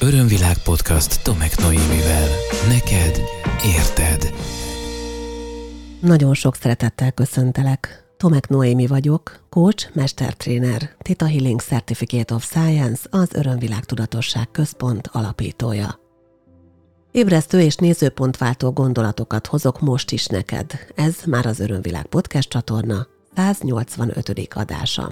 Örömvilág podcast Tomek Noémivel. Neked érted. Nagyon sok szeretettel köszöntelek. Tomek Noémi vagyok, coach, mestertréner, Theta Healing Certificate of Science, az Örömvilág Tudatosság Központ alapítója. Ébresztő és nézőpontváltó gondolatokat hozok most is neked. Ez már az Örömvilág podcast csatorna 185. adása.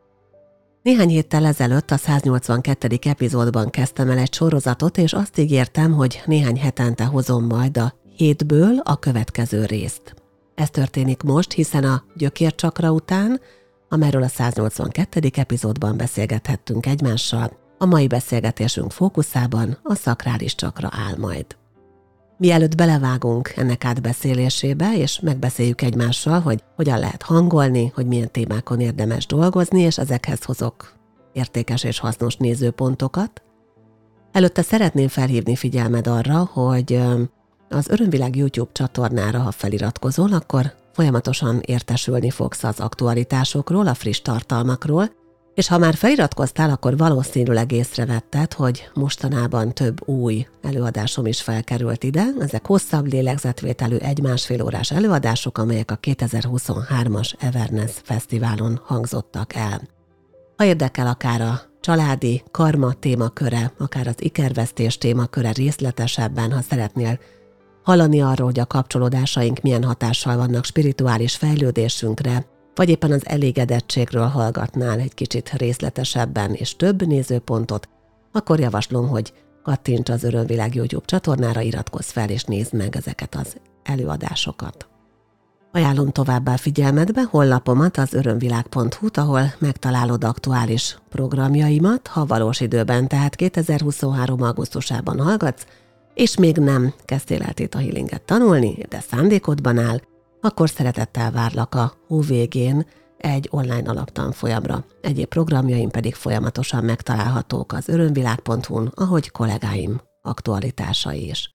Néhány héttel ezelőtt a 182. epizódban kezdtem el egy sorozatot, és azt ígértem, hogy néhány hetente hozom majd a 7-ből a következő részt. Ez történik most, hiszen a gyökércsakra után, amelyről a 182. epizódban beszélgethettünk egymással, a mai beszélgetésünk fókuszában a szakrális csakra áll majd. Mielőtt belevágunk ennek átbeszélésébe, és megbeszéljük egymással, hogy hogyan lehet hangolni, hogy milyen témákon érdemes dolgozni, és ezekhez hozok értékes és hasznos nézőpontokat, előtte szeretném felhívni figyelmed arra, hogy az Örömvilág YouTube csatornára, ha feliratkozol, akkor folyamatosan értesülni fogsz az aktualitásokról, a friss tartalmakról, és ha már feliratkoztál, akkor valószínűleg észrevetted, hogy mostanában több új előadásom is felkerült ide. Ezek hosszabb lélegzetvételű 1-1,5 órás előadások, amelyek a 2023-as Everness Fesztiválon hangzottak el. Ha érdekel akár a családi karma témaköre, akár az ikervesztés témaköre részletesebben, ha szeretnél hallani arról, hogy a kapcsolódásaink milyen hatással vannak spirituális fejlődésünkre, vagy éppen az elégedettségről hallgatnál egy kicsit részletesebben és több nézőpontot, akkor javaslom, hogy kattints az Örömvilág YouTube csatornára, iratkozz fel és nézd meg ezeket az előadásokat. Ajánlom továbbá figyelmedbe honlapomat, az örömvilág.hu-t, ahol megtalálod aktuális programjaimat, ha valós időben, tehát 2023. augusztusában hallgatsz, és még nem kezdtél el Theta Healinget tanulni, de szándékodban áll, akkor szeretettel várlak a hó végén egy online alaptanfolyamra. Egyéb programjaim pedig folyamatosan megtalálhatók az örömvilág.hu-n, ahogy kollégáim aktualitásai is.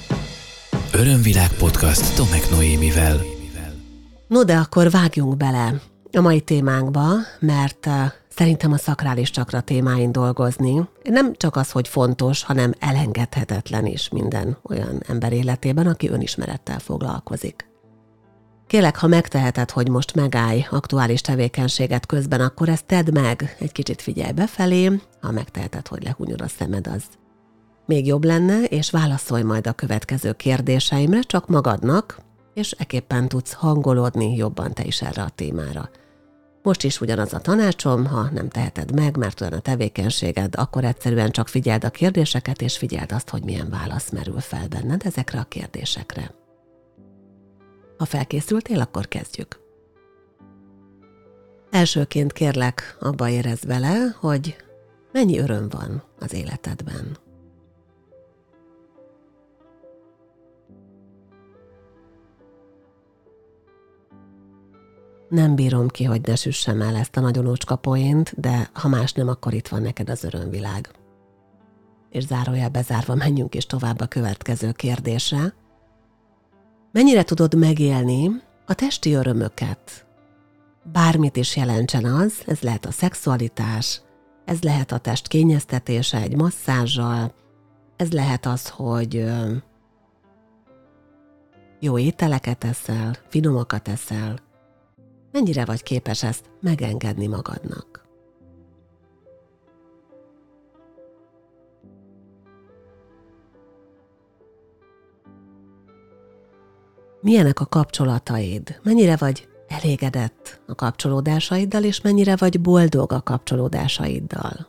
Örömvilág podcast Tomek Noémivel. No, de akkor vágjunk bele a mai témánkba, mert szerintem a szakrális csakra témáin dolgozni nem csak az, hogy fontos, hanem elengedhetetlen is minden olyan ember életében, aki önismerettel foglalkozik. Kérlek, ha megteheted, hogy most megállj aktuális tevékenységet közben, akkor ezt tedd meg, egy kicsit figyelj befelé, ha megteheted, hogy lehúnyod a szemed, az még jobb lenne, és válaszolj majd a következő kérdéseimre csak magadnak, és ekképpen tudsz hangolódni jobban te is erre a témára. Most is ugyanaz a tanácsom, ha nem teheted meg, mert olyan a tevékenységed, akkor egyszerűen csak figyeld a kérdéseket, és figyeld azt, hogy milyen válasz merül fel benned ezekre a kérdésekre. Ha felkészültél, akkor kezdjük. Elsőként kérlek, abba érezd bele, hogy mennyi öröm van az életedben. Nem bírom ki, hogy ne süssem el ezt a nagyon ócska poént, de ha más nem, akkor itt van neked az örömvilág. És zárójel bezárva menjünk is tovább a következő kérdésre. Mennyire tudod megélni a testi örömöket? Bármit is jelentsen az, ez lehet a szexualitás, ez lehet a test kényeztetése egy masszázsal, ez lehet az, hogy jó ételeket eszel, finomakat eszel. Mennyire vagy képes ezt megengedni magadnak? Milyenek a kapcsolataid? Mennyire vagy elégedett a kapcsolódásaiddal, és mennyire vagy boldog a kapcsolódásaiddal?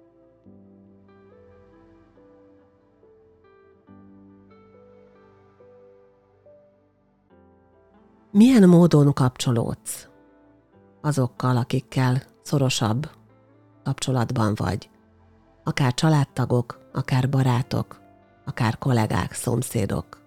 Milyen módon kapcsolódsz azokkal, akikkel szorosabb kapcsolatban vagy? Akár családtagok, akár barátok, akár kollégák, szomszédok.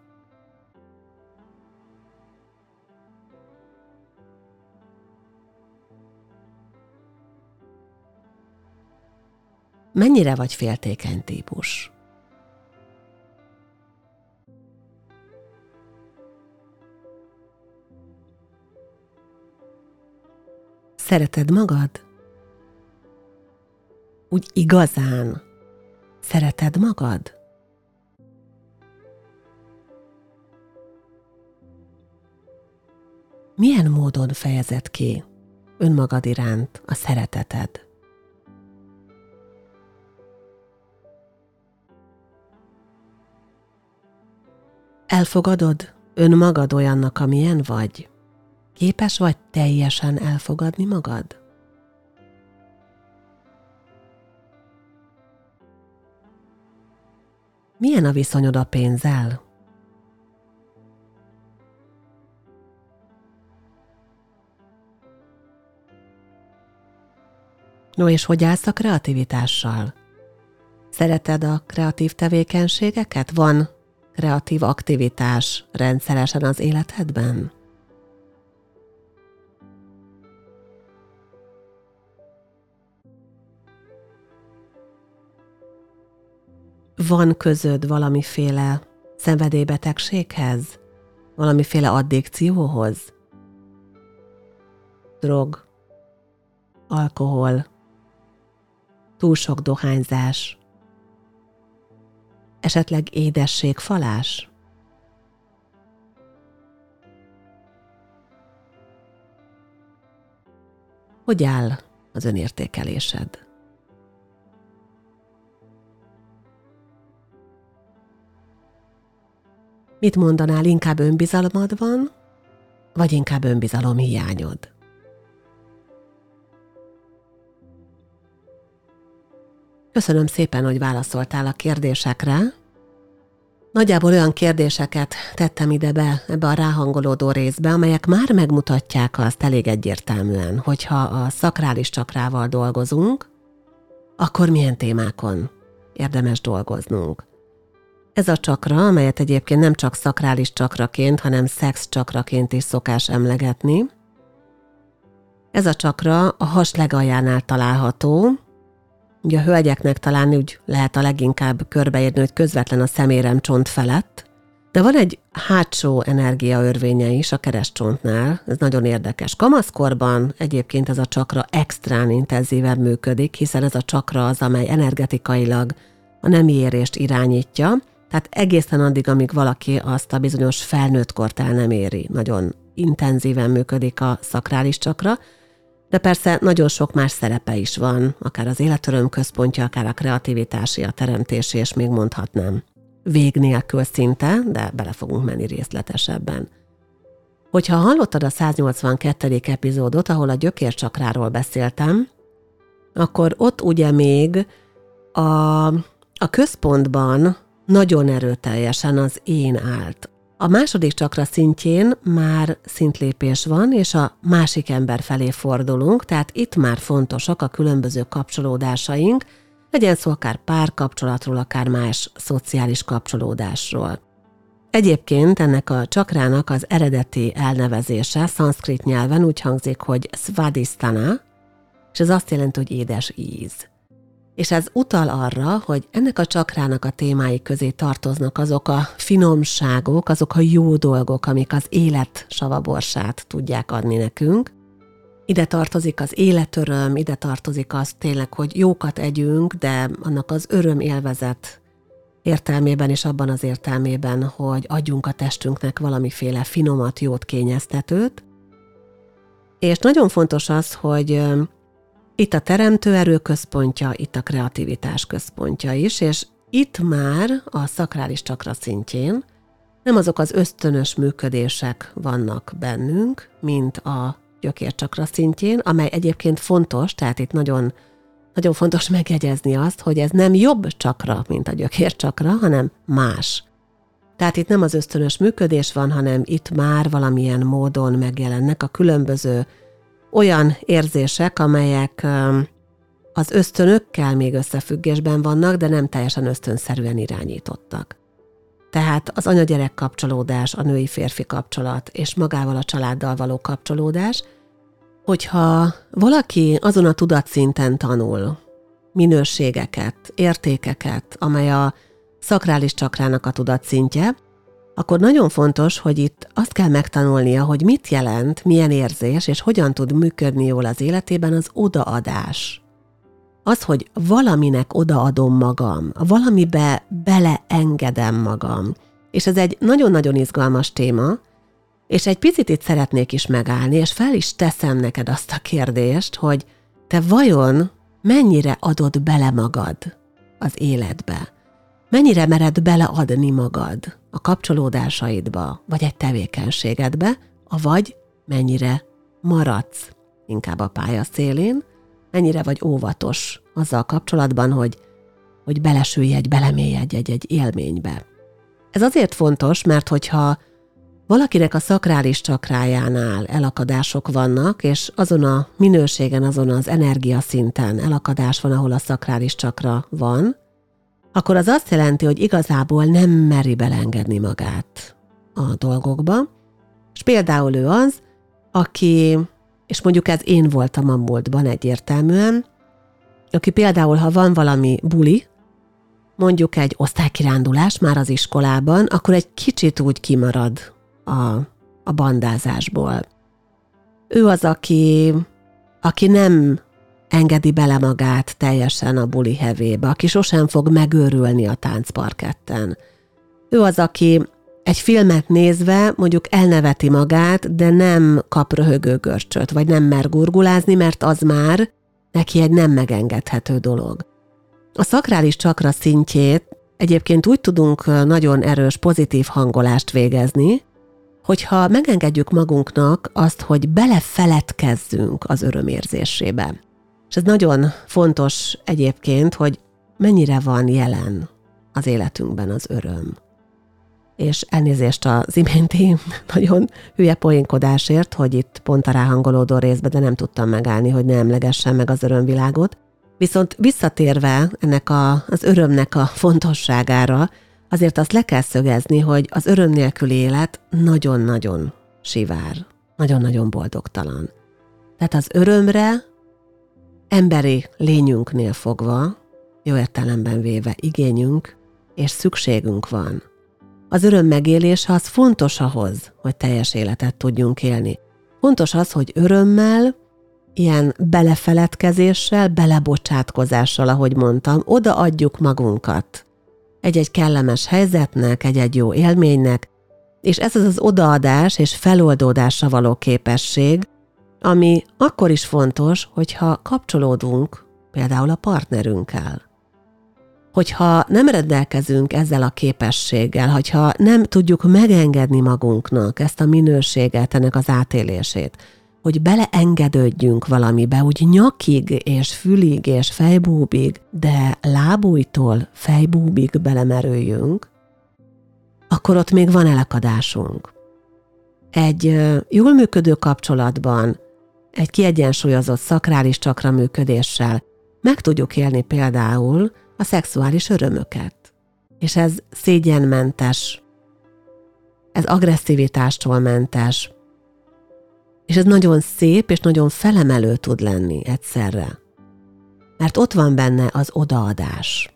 Mennyire vagy féltékeny típus? Szereted magad? Úgy igazán Szereted magad? Milyen módon fejezed ki önmagad iránt a szereteted? Elfogadod önmagad olyannak, amilyen vagy? Képes vagy teljesen elfogadni magad? Milyen a viszonyod a pénzzel? No, és hogy állsz a kreativitással? Szereted a kreatív tevékenységeket? Van kreatív aktivitás rendszeresen az életedben? Van közöd valamiféle szenvedélybetegséghez? Valamiféle addikcióhoz? Drog, alkohol, túl sok dohányzás, esetleg édességfalás? Hogy áll az önértékelésed? Mit mondanál, inkább önbizalmad van, vagy inkább önbizalomhiányod? Köszönöm szépen, hogy válaszoltál a kérdésekre. Nagyjából olyan kérdéseket tettem ide be, ebbe a ráhangolódó részbe, amelyek már megmutatják azt elég egyértelműen, hogyha a szakrális csakrával dolgozunk, akkor milyen témákon érdemes dolgoznunk. Ez a csakra, amelyet egyébként nem csak szakrális csakraként, hanem szex csakraként is szokás emlegetni. Ez a csakra a has legaljánál található. Ugye a hölgyeknek talán úgy lehet a leginkább körbeírni, hogy közvetlen a szeméremcsont felett, de van egy hátsó energiaörvénye is a keresztcsontnál, ez nagyon érdekes. Kamaszkorban egyébként ez a csakra extrán intenzíven működik, hiszen ez a csakra az, amely energetikailag a nemi érést irányítja, tehát egészen addig, amíg valaki azt a bizonyos felnőttkort el nem éri. Nagyon intenzíven működik a szakrális csakra, de persze nagyon sok más szerepe is van, akár az életöröm központja, akár a kreativitási, a teremtési, és még mondhatnám. Vég nélkül szinte, de bele fogunk menni részletesebben. Hogyha hallottad a 182. epizódot, ahol a gyökércsakráról beszéltem, akkor ott ugye még a központban nagyon erőteljesen az én állt. A második csakra szintjén már szintlépés van, és a másik ember felé fordulunk, tehát itt már fontosak a különböző kapcsolódásaink, legyen szó akár párkapcsolatról, akár más szociális kapcsolódásról. Egyébként ennek a csakrának az eredeti elnevezése szanszkrit nyelven úgy hangzik, hogy svadhisthana, és ez azt jelenti, hogy édes íz. És ez utal arra, hogy ennek a csakrának a témái közé tartoznak azok a finomságok, azok a jó dolgok, amik az élet savaborsát tudják adni nekünk. Ide tartozik az életöröm, ide tartozik az tényleg, hogy jókat együnk, de annak az örömélvezet értelmében és abban az értelmében, hogy adjunk a testünknek valamiféle finomat, jót, kényeztetőt. És nagyon fontos az, hogy itt a teremtő erő központja, itt a kreativitás központja is, és itt már a szakrális csakra szintjén nem azok az ösztönös működések vannak bennünk, mint a gyökércsakra szintjén, amely egyébként fontos, tehát itt nagyon, nagyon fontos megjegyezni azt, hogy ez nem jobb csakra, mint a gyökércsakra, hanem más. Tehát itt nem az ösztönös működés van, hanem itt már valamilyen módon megjelennek a különböző olyan érzések, amelyek az ösztönökkel még összefüggésben vannak, de nem teljesen ösztönszerűen irányítottak. Tehát az anya-gyerek kapcsolódás, a női-férfi kapcsolat és magával a családdal való kapcsolódás, hogyha valaki azon a tudatszinten tanul minőségeket, értékeket, amely a szakrális csakrának a tudatszintje, akkor nagyon fontos, hogy itt azt kell megtanulnia, hogy mit jelent, milyen érzés, és hogyan tud működni jól az életében az odaadás. az, hogy valaminek odaadom magam, valamibe beleengedem magam. És ez egy nagyon-nagyon izgalmas téma, és egy picit itt szeretnék is megállni, és fel is teszem neked azt a kérdést, hogy te vajon mennyire adod bele magad az életbe? Mennyire mered beleadni magad a kapcsolódásaidba, vagy egy tevékenységedbe, avagy mennyire maradsz inkább a pályaszélén, mennyire vagy óvatos azzal kapcsolatban, hogy belesülj belemélyedj egy élménybe. Ez azért fontos, mert hogyha valakinek a szakrális csakrájánál elakadások vannak, és azon a minőségen, azon az energiaszinten elakadás van, ahol a szakrális csakra van, akkor az azt jelenti, hogy igazából nem meri beleengedni magát a dolgokba. És például ő az, aki, és mondjuk ez én voltam a múltban egyértelműen, aki például, ha van valami buli, mondjuk egy osztálykirándulás már az iskolában, akkor egy kicsit úgy kimarad a bandázásból. Ő az, aki nem engedi bele magát teljesen a buli hevébe, aki sosem fog megőrülni a táncparketten. Ő az, aki egy filmet nézve mondjuk elneveti magát, de nem kap röhögő görcsöt, vagy nem mer gurgulázni, mert az már neki egy nem megengedhető dolog. A szakrális csakra szintjét egyébként úgy tudunk nagyon erős pozitív hangolást végezni, hogyha megengedjük magunknak azt, hogy belefeledkezzünk az örömérzésébe. És ez nagyon fontos egyébként, hogy mennyire van jelen az életünkben az öröm. És elnézést az iménti nagyon hülye poénkodásért, hogy itt pont a ráhangolódó részben, de nem tudtam megállni, hogy ne emlegessem meg az örömvilágot. Viszont visszatérve ennek az örömnek a fontosságára, azért azt le kell szögezni, hogy az öröm nélküli élet nagyon-nagyon sivár, nagyon-nagyon boldogtalan. Tehát az örömre emberi lényünknél fogva, jó értelemben véve igényünk és szükségünk van. Az öröm megélése az fontos ahhoz, hogy teljes életet tudjunk élni. Fontos az, hogy örömmel, ilyen belefeledkezéssel, belebocsátkozással, ahogy mondtam, odaadjuk magunkat egy-egy kellemes helyzetnek, egy-egy jó élménynek, és ez az odaadás és feloldódásra való képesség, ami akkor is fontos, hogyha kapcsolódunk például a partnerünkkel. Hogyha nem rendelkezünk ezzel a képességgel, hogyha nem tudjuk megengedni magunknak ezt a minőséget, ennek az átélését, hogy beleengedődjünk valamibe, úgy nyakig és fülig és fejbúbig, de lábújtól fejbúbig belemerüljünk, akkor ott még van elakadásunk. Egy jól működő kapcsolatban, egy kiegyensúlyozott szakrális csakra működéssel meg tudjuk élni például a szexuális örömöket. És ez szégyenmentes, ez agresszivitástól mentes, és ez nagyon szép és nagyon felemelő tud lenni egyszerre. Mert ott van benne az odaadás.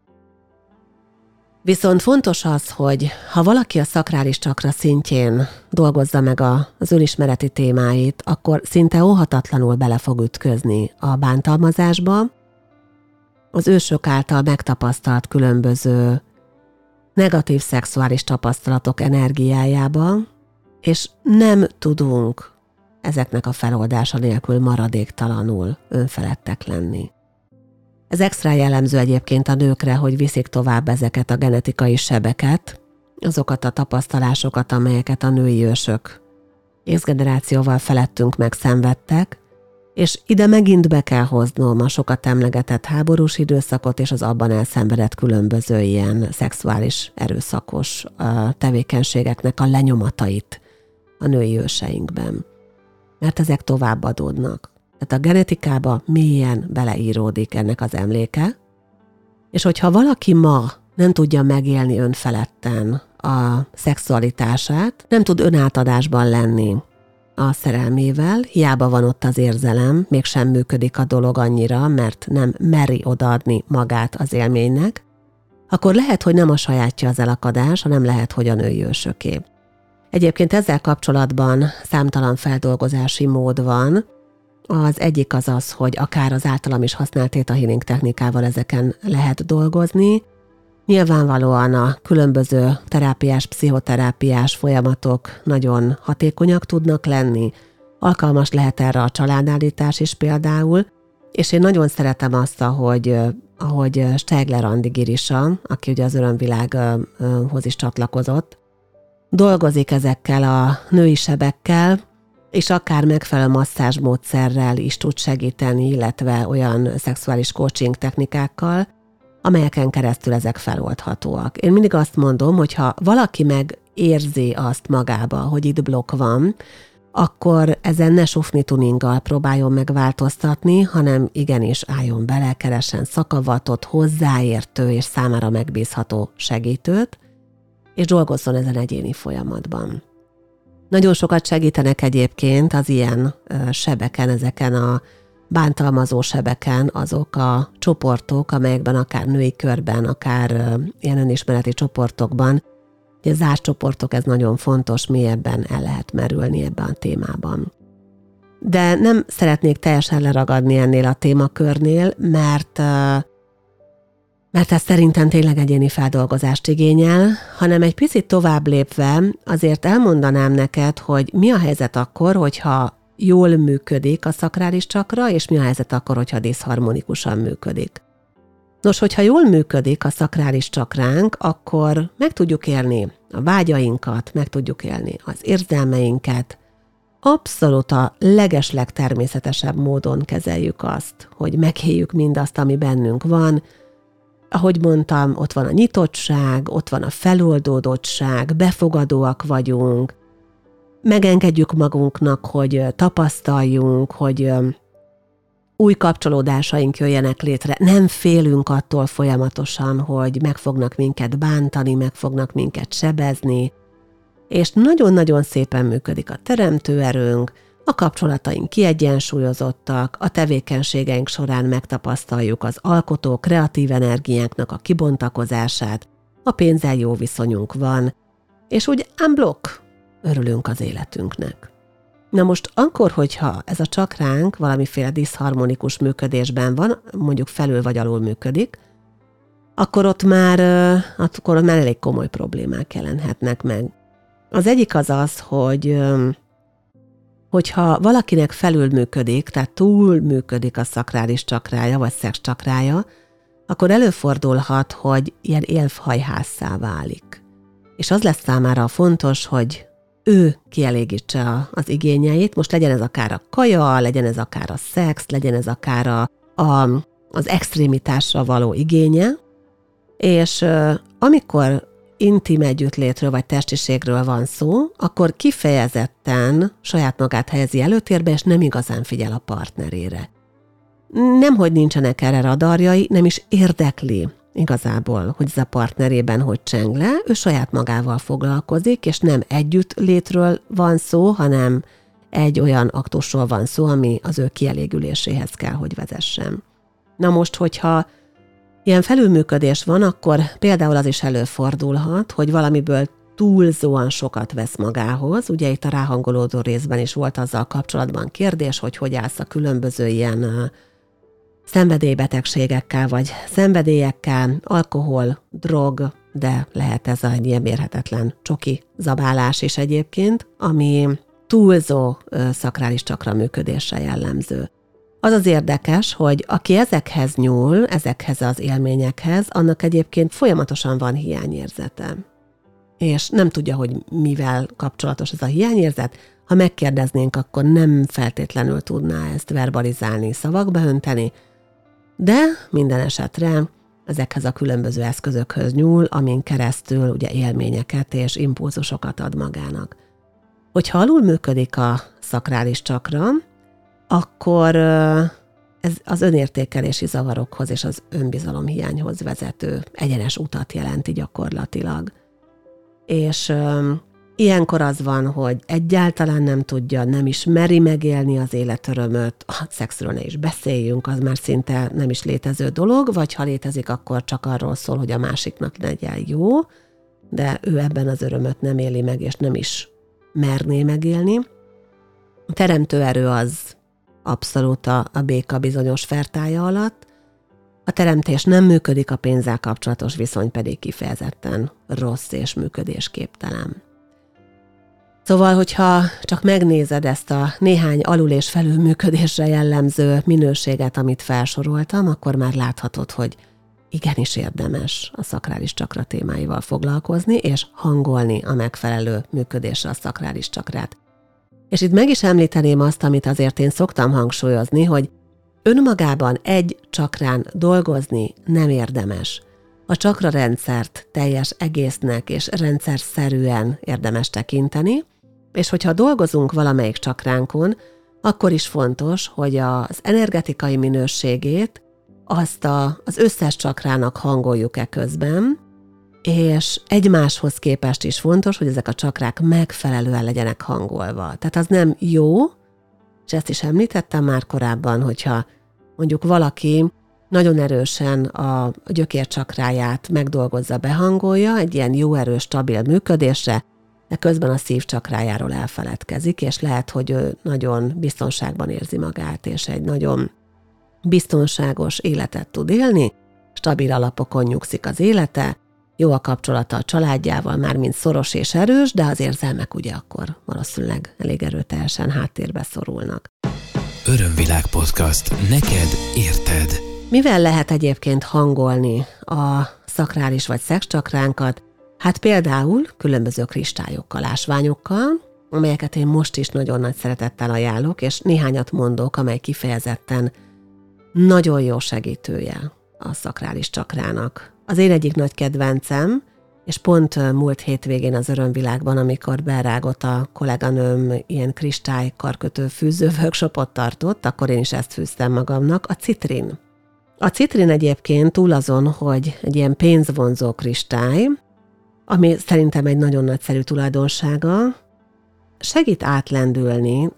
Viszont fontos az, hogy ha valaki a szakrális csakra szintjén dolgozza meg az önismereti témáit, akkor szinte óhatatlanul bele fog ütközni a bántalmazásba, az ősök által megtapasztalt különböző negatív szexuális tapasztalatok energiájába, és nem tudunk ezeknek a feloldása nélkül maradéktalanul önfeledtek lenni. Ez extra jellemző egyébként a nőkre, hogy viszik tovább ezeket a genetikai sebeket, azokat a tapasztalásokat, amelyeket a női ősök X-generációval felettünk megszenvedtek, és ide megint be kell hoznom a sokat emlegetett háborús időszakot és az abban elszenvedett különböző ilyen szexuális erőszakos tevékenységeknek a lenyomatait a női őseinkben. Mert ezek továbbadódnak. Tehát a genetikába mélyen beleíródik ennek az emléke, és hogyha valaki ma nem tudja megélni önfeledten a szexualitását, nem tud önátadásban lenni a szerelmével, hiába van ott az érzelem, mégsem működik a dolog annyira, mert nem meri odaadni magát az élménynek, akkor lehet, hogy nem a sajátja az elakadás, hanem lehet, hogy a női ősöké. Egyébként ezzel kapcsolatban számtalan feldolgozási mód van, Az egyik az, hogy akár az általam is használt Theta Healing technikával ezeken lehet dolgozni. Nyilvánvalóan a különböző terápiás, pszichoterápiás folyamatok nagyon hatékonyak tudnak lenni. Alkalmas lehet erre a családállítás is például, és én nagyon szeretem azt, ahogy Stegler Andi Girisa, aki ugye az Örömvilághoz is csatlakozott, dolgozik ezekkel a női sebekkel, és akár megfelelő masszázsmódszerrel is tud segíteni, illetve olyan szexuális coaching technikákkal, amelyeken keresztül ezek feloldhatóak. Én mindig azt mondom, hogy ha valaki megérzi azt magába, hogy itt blokk van, akkor ezen ne sufni tuninggal próbáljon megváltoztatni, hanem igenis álljon bele, keressen szakavatot, hozzáértő és számára megbízható segítőt, és dolgozzon ezen egyéni folyamatban. Nagyon sokat segítenek egyébként az ilyen sebeken, ezeken a bántalmazó sebeken azok a csoportok, amelyekben akár női körben, akár ilyen önismereti csoportokban, ugye zárt csoportok, ez nagyon fontos, mélyebben el lehet merülni ebben a témában. De nem szeretnék teljesen leragadni ennél a témakörnél, mert ez szerintem tényleg egyéni feldolgozást igényel, hanem egy picit tovább lépve azért elmondanám neked, hogy mi a helyzet akkor, hogyha jól működik a szakrális csakra, és mi a helyzet akkor, hogyha diszharmonikusan működik. Nos, hogyha jól működik a szakrális csakránk, akkor meg tudjuk élni a vágyainkat, meg tudjuk élni az érzelmeinket, abszolút a legeslegtermészetesebb módon kezeljük azt, hogy megéljük mindazt, ami bennünk van. Ahogy mondtam, ott van a nyitottság, ott van a feloldódottság, befogadóak vagyunk, megengedjük magunknak, hogy tapasztaljunk, hogy új kapcsolódásaink jöjjenek létre. Nem félünk attól folyamatosan, hogy meg fognak minket bántani, meg fognak minket sebezni, és nagyon-nagyon szépen működik a teremtőerőnk, a kapcsolataink kiegyensúlyozottak, a tevékenységeink során megtapasztaljuk az alkotó, kreatív energiánknak a kibontakozását, a pénzzel jó viszonyunk van, és úgy unblock örülünk az életünknek. Na most akkor, hogyha ez a csakránk valamiféle diszharmonikus működésben van, mondjuk felül vagy alul működik, akkor ott már elég komoly problémák jelenhetnek meg. Az egyik az, hogyha valakinek felül működik, tehát túl működik a szakrális csakrája, vagy szex csakrája, akkor előfordulhat, hogy ilyen élfhajhásszá válik. És az lesz számára fontos, hogy ő kielégítse az igényeit, most legyen ez akár a kaja, legyen ez akár a szex, legyen ez akár az extrémitásra való igénye, és amikor intim együttlétről vagy testiségről van szó, akkor kifejezetten saját magát helyezi előtérbe, és nem igazán figyel a partnerére. Nemhogy nincsenek erre radarjai, nem is érdekli igazából, hogy ez a partnerében hogy cseng le, ő saját magával foglalkozik, és nem együttlétről van szó, hanem egy olyan aktusról van szó, ami az ő kielégüléséhez kell, hogy vezessen. Na most, hogyha ilyen felülműködés van, akkor például az is előfordulhat, hogy valamiből túlzóan sokat vesz magához. Ugye itt a ráhangolódó részben is volt azzal kapcsolatban kérdés, hogy állsz a különböző ilyen szenvedélybetegségekkel, vagy szenvedélyekkel, alkohol, drog, de lehet ez egy ilyen mérhetetlen csoki zabálás is egyébként, ami túlzó szakrális csakra működéssel jellemző. Az az érdekes, hogy aki ezekhez nyúl, ezekhez az élményekhez, annak egyébként folyamatosan van hiányérzete. És nem tudja, hogy mivel kapcsolatos ez a hiányérzet. Ha megkérdeznénk, akkor nem feltétlenül tudná ezt verbalizálni, szavakba önteni, de minden esetre ezekhez a különböző eszközökhöz nyúl, amin keresztül ugye élményeket és impulzusokat ad magának. Hogyha alul működik a szakrális csakra, akkor ez az önértékelési zavarokhoz és az önbizalomhiányhoz vezető egyenes utat jelenti gyakorlatilag. És ilyenkor az van, hogy egyáltalán nem tudja, nem is meri megélni az életörömöt, a szexről ne is beszéljünk, az már szinte nem is létező dolog, vagy ha létezik, akkor csak arról szól, hogy a másiknak legyen jó, de ő ebben az örömöt nem éli meg, és nem is merné megélni. A teremtőerő abszolút a béka bizonyos fertája alatt. A teremtés nem működik, a pénzzel kapcsolatos viszony pedig kifejezetten rossz és működésképtelen. Szóval, hogyha csak megnézed ezt a néhány alul- és felülműködésre jellemző minőséget, amit felsoroltam, akkor már láthatod, hogy igenis érdemes a szakrális csakra témáival foglalkozni, és hangolni a megfelelő működésre a szakrális csakrát. És itt meg is említeném azt, amit azért én szoktam hangsúlyozni, hogy önmagában egy csakrán dolgozni nem érdemes. A csakrarendszert teljes egésznek és rendszerszerűen érdemes tekinteni, és hogyha dolgozunk valamelyik csakránkon, akkor is fontos, hogy az energetikai minőségét azt az összes csakrának hangoljuk közben, és egymáshoz képest is fontos, hogy ezek a csakrák megfelelően legyenek hangolva. Tehát az nem jó, és ezt is említettem már korábban, hogyha mondjuk valaki nagyon erősen a gyökércsakráját megdolgozza, behangolja egy ilyen jó erős, stabil működésre, de közben a szívcsakrájáról elfeledkezik, és lehet, hogy ő nagyon biztonságban érzi magát, és egy nagyon biztonságos életet tud élni, stabil alapokon nyugszik az élete, jó a kapcsolata a családjával, mármint szoros és erős, de az érzelmek ugye akkor valószínűleg elég erőteljesen háttérbe szorulnak. Örömvilág podcast. Neked érted. Mivel lehet egyébként hangolni a szakrális vagy szexcsakránkat? Hát például különböző kristályokkal, ásványokkal, amelyeket én most is nagyon nagy szeretettel ajánlok, és néhányat mondok, amely kifejezetten nagyon jó segítője a szakrális csakrának. Az én egyik nagy kedvencem, és pont múlt hétvégén az Örömvilágban, amikor berágott a kolléganőm ilyen kristály karkötő fűző workshopot tartott, akkor én is ezt fűztem magamnak, a citrin. A citrin egyébként túl azon, hogy egy ilyen pénzvonzó kristály, ami szerintem egy nagyon nagyszerű tulajdonsága, segít átlendülni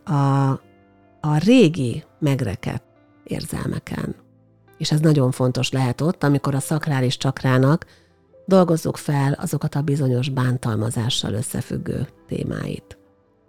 a régi megrekedt érzelmeken. És ez nagyon fontos lehet ott, amikor a szakrális csakrának dolgozzuk fel azokat a bizonyos bántalmazással összefüggő témáit.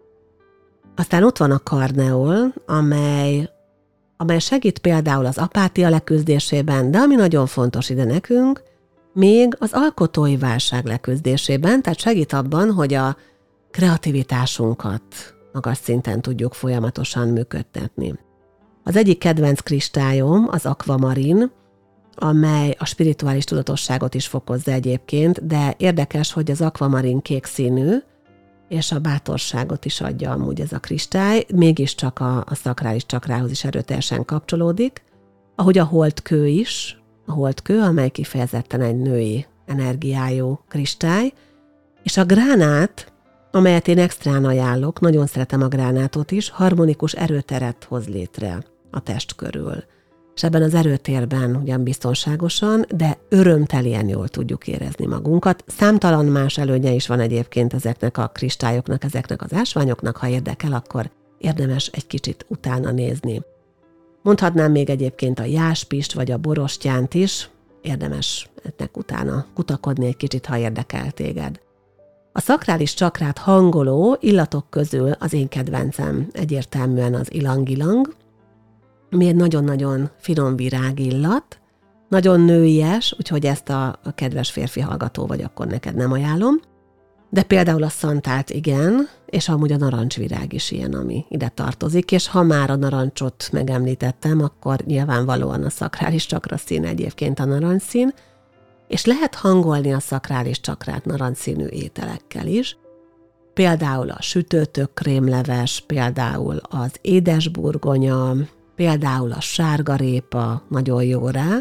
Aztán ott van a karneol, amely segít például az apátia leküzdésében, de ami nagyon fontos ide nekünk, még az alkotói válság leküzdésében, tehát segít abban, hogy a kreativitásunkat magas szinten tudjuk folyamatosan működtetni. Az egyik kedvenc kristályom az akvamarin, amely a spirituális tudatosságot is fokozza egyébként, de érdekes, hogy az akvamarin kék színű, és a bátorságot is adja amúgy ez a kristály, mégiscsak a szakrális csakrához is erőteljesen kapcsolódik, ahogy a holdkő is, a holdkő, amely kifejezetten egy női energiájú kristály, és a gránát, amelyet én extrán ajánlok, nagyon szeretem a gránátot is, harmonikus erőteret hoz létre a test körül. És ebben az erőtérben ugyan biztonságosan, de örömtelien jól tudjuk érezni magunkat. Számtalan más előnye is van egyébként ezeknek a kristályoknak, ezeknek az ásványoknak, ha érdekel, akkor érdemes egy kicsit utána nézni. Mondhatnám még egyébként a jáspist vagy a borostyánt is, érdemes ennek utána kutakodni egy kicsit, ha érdekel téged. A szakrális csakrát hangoló illatok közül az én kedvencem egyértelműen az ilang-ilang, ami egy nagyon-nagyon finom virágillat, nagyon nőies, úgyhogy ezt a kedves férfi hallgató vagy, akkor neked nem ajánlom, de például a szantált igen, és amúgy a narancsvirág is ilyen, ami ide tartozik, és ha már a narancsot megemlítettem, akkor nyilvánvalóan a szakrális csakra szín egyébként a narancsszín, és lehet hangolni a szakrális csakrát narancsszínű ételekkel is, például a sütőtök krémleves, például az édesburgonya, például a sárgarépa nagyon jó rá.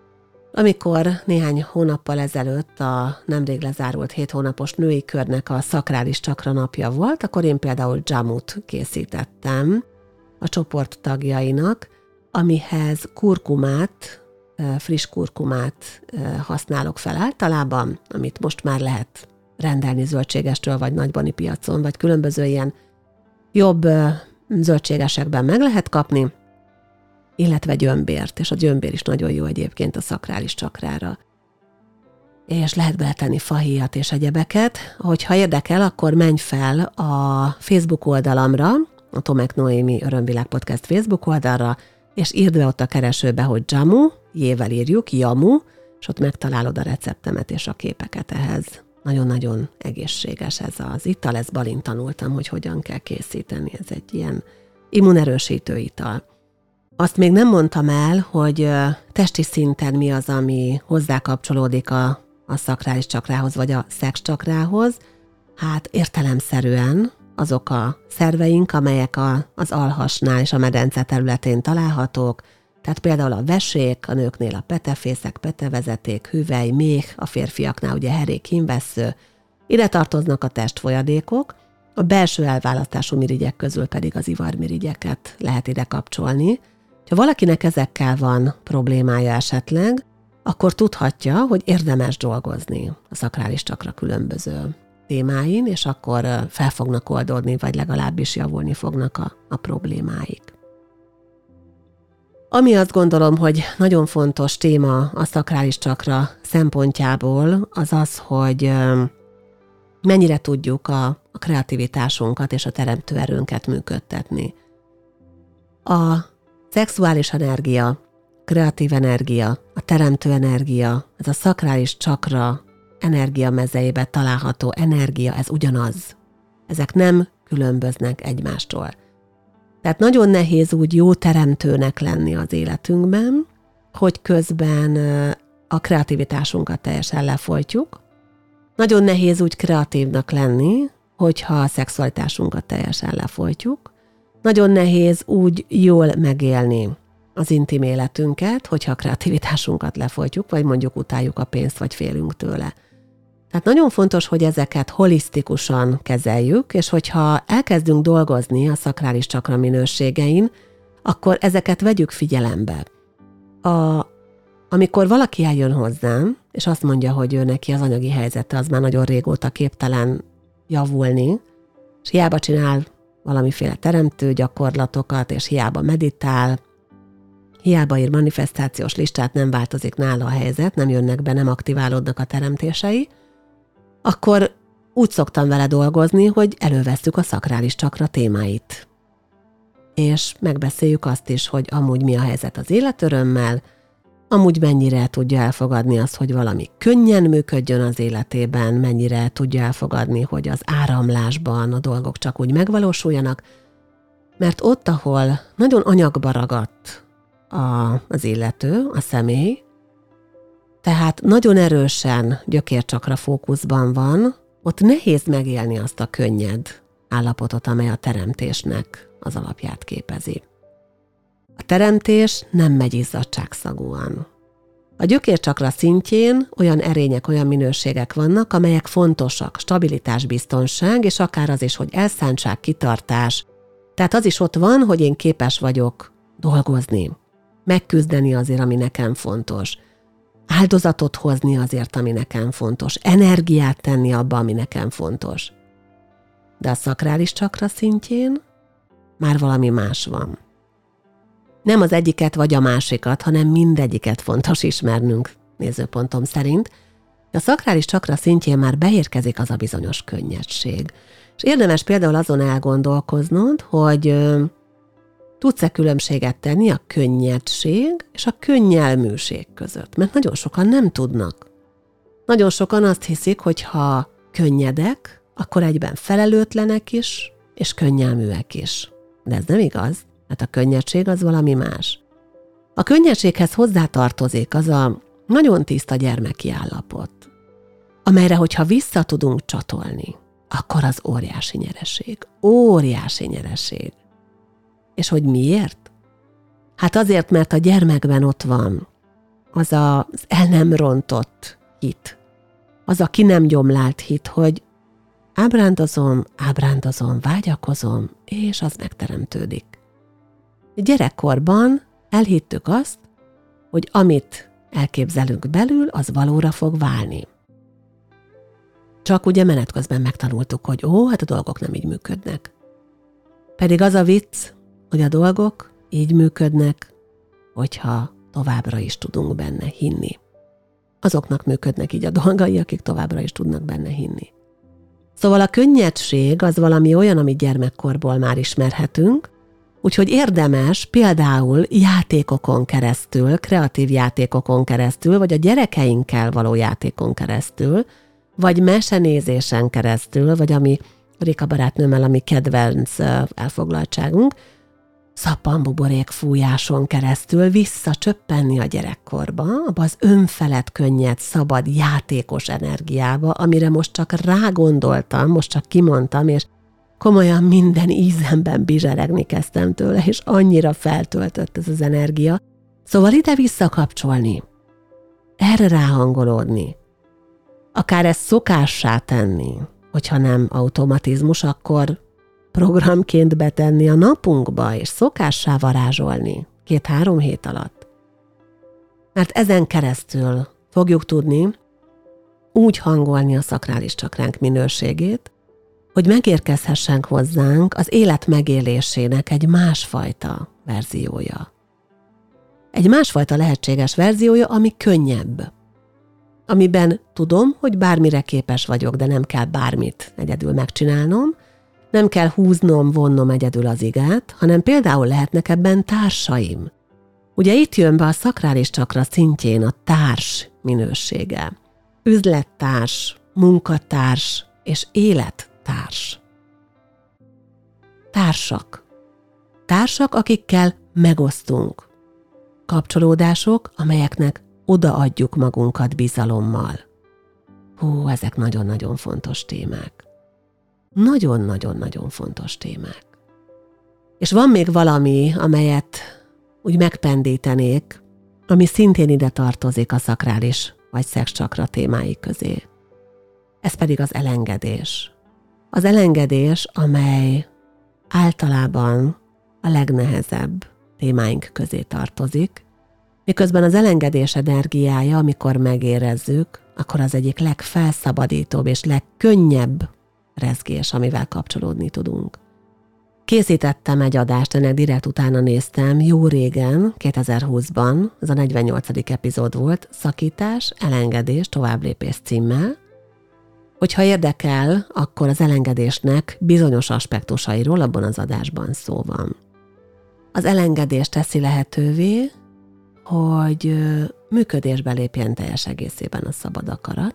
Amikor néhány hónappal ezelőtt a nemrég lezárult 7 hónapos női körnek a szakrális csakra napja volt, akkor én például jamut készítettem a csoport tagjainak, amihez kurkumát, friss kurkumát használok fel általában, amit most már lehet rendelni zöldségestől, vagy nagybani piacon, vagy különböző ilyen jobb zöldségesekben meg lehet kapni, illetve gyömbért, és a gyömbér is nagyon jó egyébként a szakrális csakrára. És lehet beletenni fahéjat és egyebeket. Hogyha érdekel, akkor menj fel a Facebook oldalamra, a Tomek Noémi Örömvilág Podcast Facebook oldalra, és írd be ott a keresőbe, hogy Jamu, jével írjuk, Jamu, és ott megtalálod a receptemet és a képeket ehhez. Nagyon-nagyon egészséges ez az ital, ezt balint tanultam, hogy hogyan kell készíteni. Ez egy ilyen immunerősítő ital. Azt még nem mondtam el, hogy testi szinten mi az, ami hozzá kapcsolódik a szakrális csakrához, vagy a szexcsakrához. Hát értelemszerűen azok a szerveink, amelyek az alhasnál és a medence területén találhatók, tehát például a vesék, a nőknél a petefészek, petevezeték, hüvely, méh, a férfiaknál ugye herék, hímvessző. Ide tartoznak a testfolyadékok, a belső elválasztású mirigyek közül pedig az ivarmirigyeket lehet ide kapcsolni. Ha valakinek ezekkel van problémája esetleg, akkor tudhatja, hogy érdemes dolgozni a szakrális csakra különböző témáin, és akkor fel fognak oldódni, vagy legalábbis javulni fognak a problémáik. Ami azt gondolom, hogy nagyon fontos téma a szakrális csakra szempontjából, az az, hogy mennyire tudjuk a kreativitásunkat és a teremtő erőnket működtetni. A szexuális energia, kreatív energia, a teremtő energia, ez a szakrális csakra energia mezejébe található energia, ez ugyanaz. Ezek nem különböznek egymástól. Tehát nagyon nehéz úgy jó teremtőnek lenni az életünkben, hogy közben a kreativitásunkat teljesen lefolytjuk. Nagyon nehéz úgy kreatívnak lenni, hogyha a szexualitásunkat teljesen lefolytjuk. Nagyon nehéz úgy jól megélni az intim életünket, hogyha a kreativitásunkat lefolytjuk, vagy mondjuk utáljuk a pénzt, vagy félünk tőle. Tehát nagyon fontos, hogy ezeket holisztikusan kezeljük, és hogyha elkezdünk dolgozni a szakrális csakra minőségein, akkor ezeket vegyük figyelembe. Amikor valaki eljön hozzám, és azt mondja, hogy ő neki az anyagi helyzete az már nagyon régóta képtelen javulni, és hiába csinál valamiféle teremtő gyakorlatokat, és hiába meditál, hiába ír manifestációs listát, nem változik nála a helyzet, nem jönnek be, nem aktiválódnak a teremtései, akkor úgy szoktam vele dolgozni, hogy elővesszük a szakrális csakra témáit. És megbeszéljük azt is, hogy amúgy mi a helyzet az életörömmel, amúgy mennyire tudja elfogadni azt, hogy valami könnyen működjön az életében, mennyire tudja elfogadni, hogy az áramlásban a dolgok csak úgy megvalósuljanak, mert ott, ahol nagyon anyagba ragadt az illető, a személy, tehát nagyon erősen gyökércsakra fókuszban van, ott nehéz megélni azt a könnyed állapotot, amely a teremtésnek az alapját képezi. A teremtés nem megy izzadságszagúan. A gyökércsakra szintjén olyan erények, olyan minőségek vannak, amelyek fontosak, stabilitás, biztonság, és akár az is, hogy elszántság, kitartás. Tehát az is ott van, hogy én képes vagyok dolgozni, megküzdeni azért, ami nekem fontos, áldozatot hozni azért, ami nekem fontos, energiát tenni abba, ami nekem fontos. De a szakrális csakra szintjén már valami más van. Nem az egyiket vagy a másikat, hanem mindegyiket fontos ismernünk, nézőpontom szerint. A szakrális csakra szintjén már beérkezik az a bizonyos könnyedség. És érdemes például azon elgondolkoznod, hogy tudsz-e különbséget tenni a könnyedség és a könnyelműség között? Mert nagyon sokan nem tudnak. Nagyon sokan azt hiszik, hogy ha könnyedek, akkor egyben felelőtlenek is, és könnyelműek is. De ez nem igaz, mert a könnyedség az valami más. A könnyedséghez hozzátartozik az a nagyon tiszta gyermeki állapot, amelyre, hogyha vissza tudunk csatolni, akkor az óriási nyereség. Óriási nyereség. És hogy miért? Hát azért, mert a gyermekben ott van az el nem rontott hit, az a ki nem gyomlált hit, hogy ábrándozom, vágyakozom, és az megteremtődik. Gyerekkorban elhittük azt, hogy amit elképzelünk belül, az valóra fog válni. Csak ugye menet közben megtanultuk, hogy hát a dolgok nem így működnek. Pedig az a vicc, hogy a dolgok így működnek, hogyha továbbra is tudunk benne hinni. Azoknak működnek így a dolgai, akik továbbra is tudnak benne hinni. Szóval a könnyedség az valami olyan, amit gyermekkorból már ismerhetünk, úgyhogy érdemes például játékokon keresztül, kreatív játékokon keresztül, vagy a gyerekeinkkel való játékon keresztül, vagy mesenézésen keresztül, vagy ami Rika barátnőmmel, ami kedvenc elfoglaltságunk, szappanbuborék fújáson keresztül visszacsöppenni a gyerekkorba, abba az önfelett, könnyed, szabad, játékos energiába, amire most csak rágondoltam, most csak kimondtam, és komolyan minden ízemben bizseregni kezdtem tőle, és annyira feltöltött ez az energia. Szóval ide visszakapcsolni, erre ráhangolódni, akár ezt szokássá tenni, hogyha nem automatizmus, akkor programként betenni a napunkba, és szokássá varázsolni 2-3 hét alatt. Mert ezen keresztül fogjuk tudni úgy hangolni a szakrális csakránk minőségét, hogy megérkezhessen hozzánk az élet megélésének egy másfajta verziója. Egy másfajta lehetséges verziója, ami könnyebb. Amiben tudom, hogy bármire képes vagyok, de nem kell bármit egyedül megcsinálnom, nem kell húznom, vonnom egyedül az igát, hanem például lehetnek ebben társaim. Ugye itt jön be a szakrális csakra szintjén a társ minősége. Üzlettárs, munkatárs és élettárs. Társak. Társak, akikkel megosztunk. Kapcsolódások, amelyeknek odaadjuk magunkat bizalommal. Ezek nagyon-nagyon fontos témák. Nagyon-nagyon-nagyon fontos témák. És van még valami, amelyet úgy megpendítenék, ami szintén ide tartozik a szakrális vagy szexcsakra témái közé. Ez pedig az elengedés. Az elengedés, amely általában a legnehezebb témáink közé tartozik, miközben az elengedés energiája, amikor megérezzük, akkor az egyik legfelszabadítóbb és legkönnyebb rezgés, amivel kapcsolódni tudunk. Készítettem egy adást, ennek direkt utána néztem, jó régen, 2020-ban, ez a 48. epizód volt, szakítás, elengedés, továbblépés címmel. Hogyha érdekel, akkor az elengedésnek bizonyos aspektusairól abban az adásban szó van. Az elengedés teszi lehetővé, hogy működésbe lépjen teljes egészében a szabad akarat,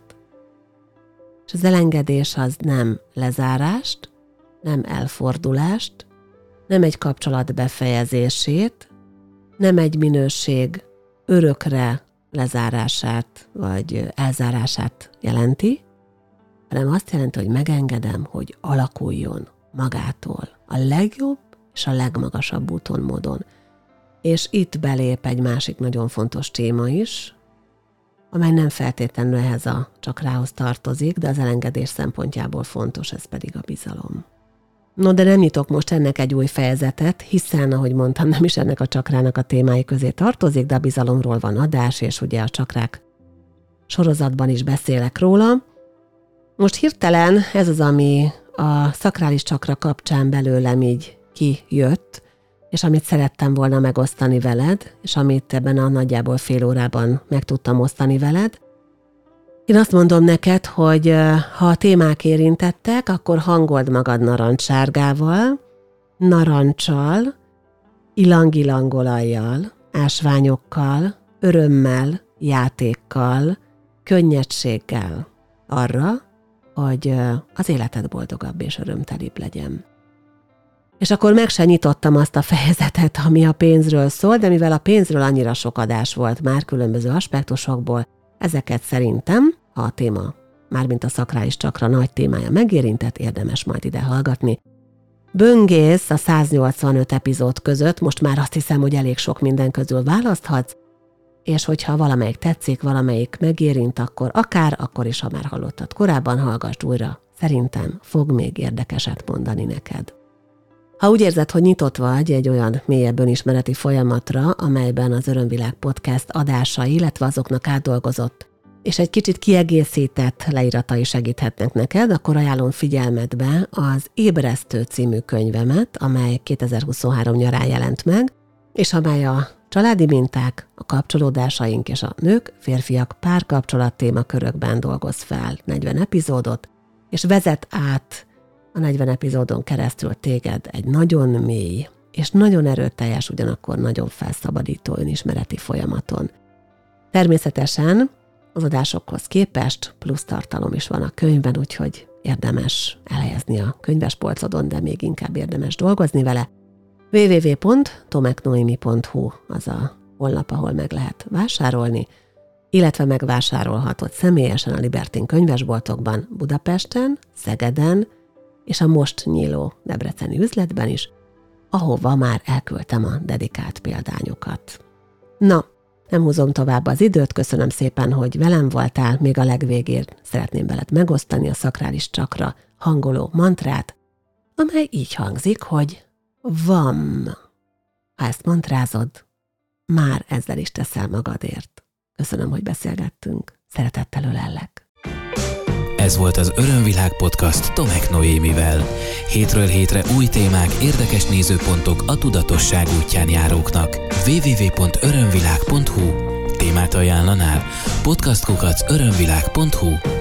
és az elengedés az nem lezárást, nem elfordulást, nem egy kapcsolat befejezését, nem egy minőség örökre lezárását vagy elzárását jelenti, hanem azt jelenti, hogy megengedem, hogy alakuljon magától a legjobb és a legmagasabb úton, módon. És itt belép egy másik nagyon fontos téma is, amely nem feltétlenül ehhez a csakrához tartozik, de az elengedés szempontjából fontos, ez pedig a bizalom. No, de nem nyitok most ennek egy új fejezetet, hiszen, ahogy mondtam, nem is ennek a csakrának a témái közé tartozik, de a bizalomról van adás, és ugye a csakrák sorozatban is beszélek róla. Most hirtelen ez az, ami a szakrális csakra kapcsán belőlem így kijött, és amit szerettem volna megosztani veled, és amit ebben a nagyjából fél órában meg tudtam osztani veled. Én azt mondom neked, hogy ha a témák érintettek, akkor hangold magad narancssárgával, naranccsal, ilang-ilangolajjal, ásványokkal, örömmel, játékkal, könnyedséggel arra, hogy az életed boldogabb és örömtelibb legyen. És akkor meg se nyitottam azt a fejezetet, ami a pénzről szól, de mivel a pénzről annyira sok adás volt már különböző aspektusokból, ezeket szerintem, ha a téma, mármint a szakrális csakra nagy témája megérintett, érdemes majd ide hallgatni. Böngész a 185 epizód között, most már azt hiszem, hogy elég sok minden közül választhatsz, és hogyha valamelyik tetszik, valamelyik megérint, akkor is, ha már hallottad korábban, hallgass újra. Szerintem fog még érdekeset mondani neked. Ha úgy érzed, hogy nyitott vagy egy olyan mélyebb önismereti folyamatra, amelyben az Örömvilág podcast adásai, illetve azoknak átdolgozott és egy kicsit kiegészített leíratai segíthetnek neked, akkor ajánlom figyelmetbe az Ébresztő című könyvemet, amely 2023 nyarán jelent meg, és amely a családi minták, a kapcsolódásaink és a nők, férfiak párkapcsolat témakörökben dolgoz fel 40 epizódot, és vezet át a 40 epizódon keresztül téged egy nagyon mély, és nagyon erőteljes, ugyanakkor nagyon felszabadító önismereti folyamaton. Természetesen az adásokhoz képest plusz tartalom is van a könyvben, úgyhogy érdemes elhelyezni a könyvespolcodon, de még inkább érdemes dolgozni vele. www.tomeknoemi.hu az a honlap, ahol meg lehet vásárolni, illetve megvásárolhatod személyesen a Libertin könyvesboltokban Budapesten, Szegeden és a most nyíló debreceni üzletben is, ahova már elküldtem a dedikált példányokat. Na, nem húzom tovább az időt, köszönöm szépen, hogy velem voltál, még a legvégén szeretném veled megosztani a szakrális csakra hangoló mantrát, amely így hangzik, hogy VAM. Ha ezt mantrázod, már ezzel is teszel magadért. Köszönöm, hogy beszélgettünk. Szeretettel ölellek. Ez volt az Örömvilág podcast Tomek Noémivel. Hétről hétre új témák, érdekes nézőpontok a tudatosság útján járóknak. www.örömvilág.hu. Témát ajánlanál? podcastkukac.örömvilág.hu.